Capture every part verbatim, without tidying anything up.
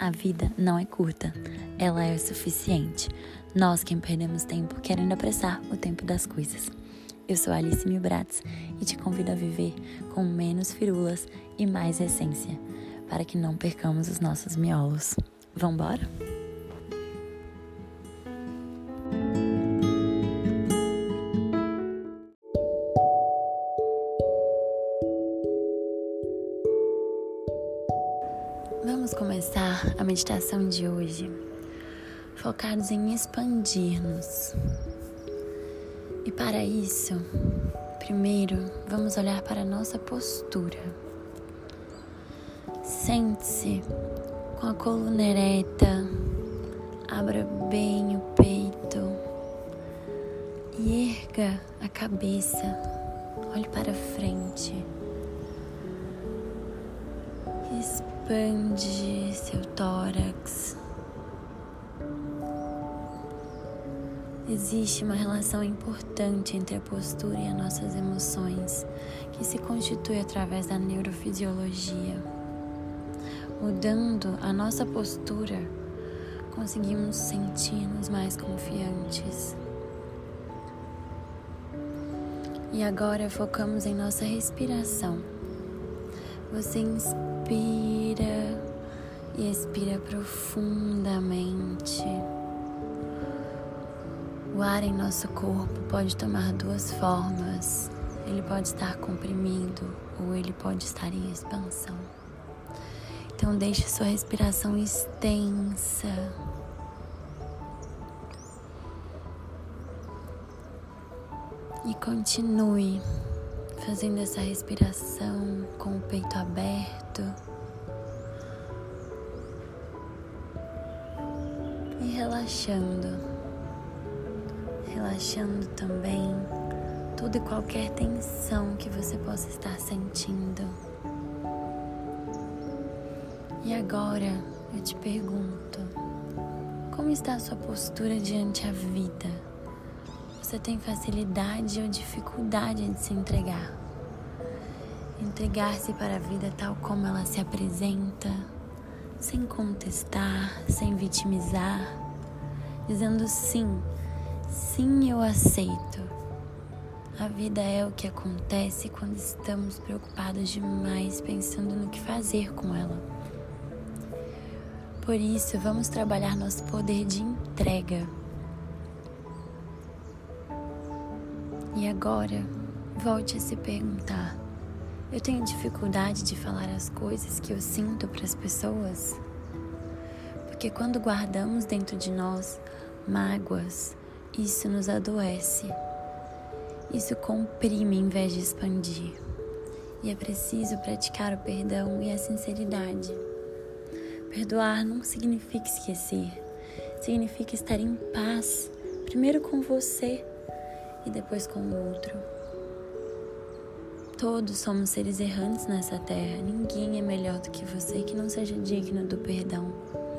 A vida não é curta, ela é o suficiente. Nós quem perdemos tempo querendo apressar o tempo das coisas. Eu sou Alice Milbratz e te convido a viver com menos firulas e mais essência, para que não percamos os nossos miolos. Vambora? Vamos começar a meditação de hoje focados em expandir-nos. E para isso, primeiro vamos olhar para a nossa postura. Sente-se com a coluna ereta, abra bem o peito e erga a cabeça, olhe para frente. Expande seu tórax. Existe uma relação importante entre a postura e as nossas emoções, que se constitui através da neurofisiologia. Mudando a nossa postura, conseguimos sentir-nos mais confiantes. E agora focamos em nossa respiração. Você inspira e expira profundamente. O ar em nosso corpo pode tomar duas formas. Ele pode estar comprimido ou ele pode estar em expansão. Então deixe sua respiração extensa. E continue fazendo essa respiração com o peito aberto e relaxando, relaxando também toda e qualquer tensão que você possa estar sentindo. E agora eu te pergunto, como está a sua postura diante a vida? Você tem facilidade ou dificuldade de se entregar? Entregar-se para a vida tal como ela se apresenta, sem contestar, sem vitimizar, dizendo sim, sim, eu aceito. A vida é o que acontece quando estamos preocupados demais pensando no que fazer com ela. Por isso, vamos trabalhar nosso poder de entrega. E agora, volte a se perguntar: eu tenho dificuldade de falar as coisas que eu sinto para as pessoas? Porque quando guardamos dentro de nós mágoas, isso nos adoece. Isso comprime em vez de expandir. E é preciso praticar o perdão e a sinceridade. Perdoar não significa esquecer. Significa estar em paz, primeiro com você e depois com o outro. Todos somos seres errantes nessa terra. Ninguém é melhor do que você que não seja digno do perdão.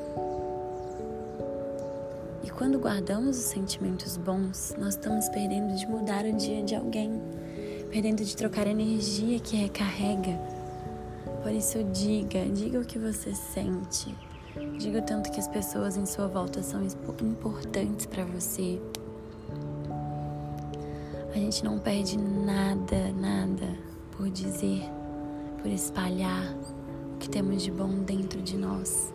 E quando guardamos os sentimentos bons, nós estamos perdendo de mudar o dia de alguém, perdendo de trocar energia que recarrega. Por isso diga, diga o que você sente. Diga o tanto que as pessoas em sua volta são importantes para você. A gente não perde nada, nada por dizer, por espalhar o que temos de bom dentro de nós.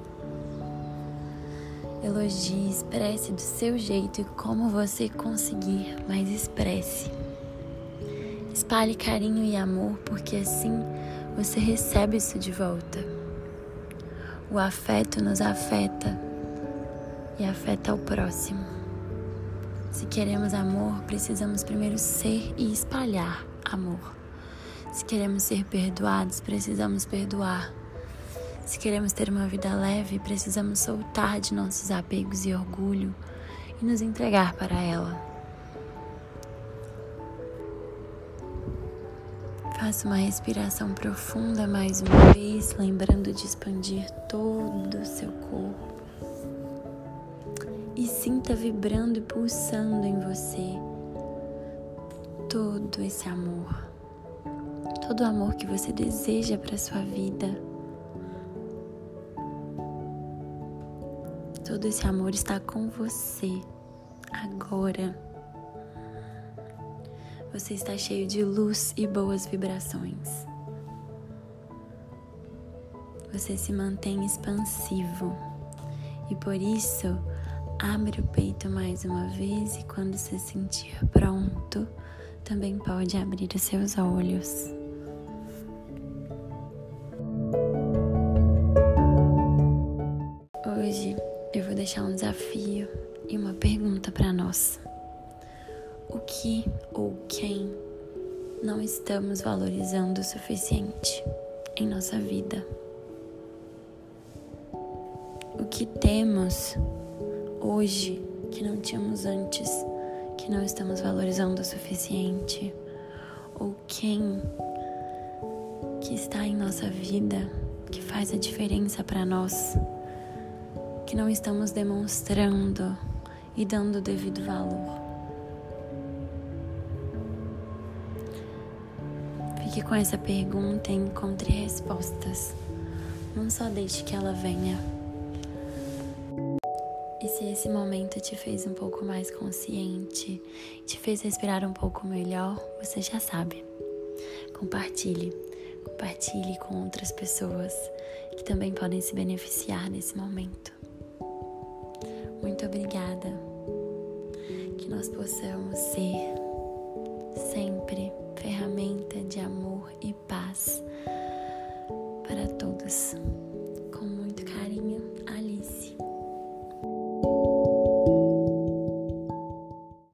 Elogie, expresse do seu jeito e como você conseguir, mas expresse. Espalhe carinho e amor, porque assim você recebe isso de volta. O afeto nos afeta e afeta o próximo. Se queremos amor, precisamos primeiro ser e espalhar amor. Se queremos ser perdoados, precisamos perdoar. Se queremos ter uma vida leve, precisamos soltar de nossos apegos e orgulho e nos entregar para ela. Faça uma respiração profunda mais uma vez, lembrando de expandir todo o seu corpo. E sinta vibrando e pulsando em você todo esse amor. Todo o amor que você deseja para a sua vida. todo esse amor está com você agora. Você está cheio de luz e boas vibrações. Você se mantém expansivo e por isso abre o peito mais uma vez e quando se sentir pronto, também pode abrir os seus olhos. Hoje eu vou deixar um desafio e uma pergunta para nós. O que ou quem não estamos valorizando o suficiente em nossa vida? O que temos hoje que não tínhamos antes, que não estamos valorizando o suficiente? Ou quem que está em nossa vida que faz a diferença para nós, que não estamos demonstrando e dando o devido valor? Fique com essa pergunta e encontre respostas. Não só deixe que ela venha. E se esse momento te fez um pouco mais consciente, te fez respirar um pouco melhor, você já sabe. Compartilhe. Compartilhe com outras pessoas que também podem se beneficiar nesse momento. Muito obrigada. Que nós possamos ser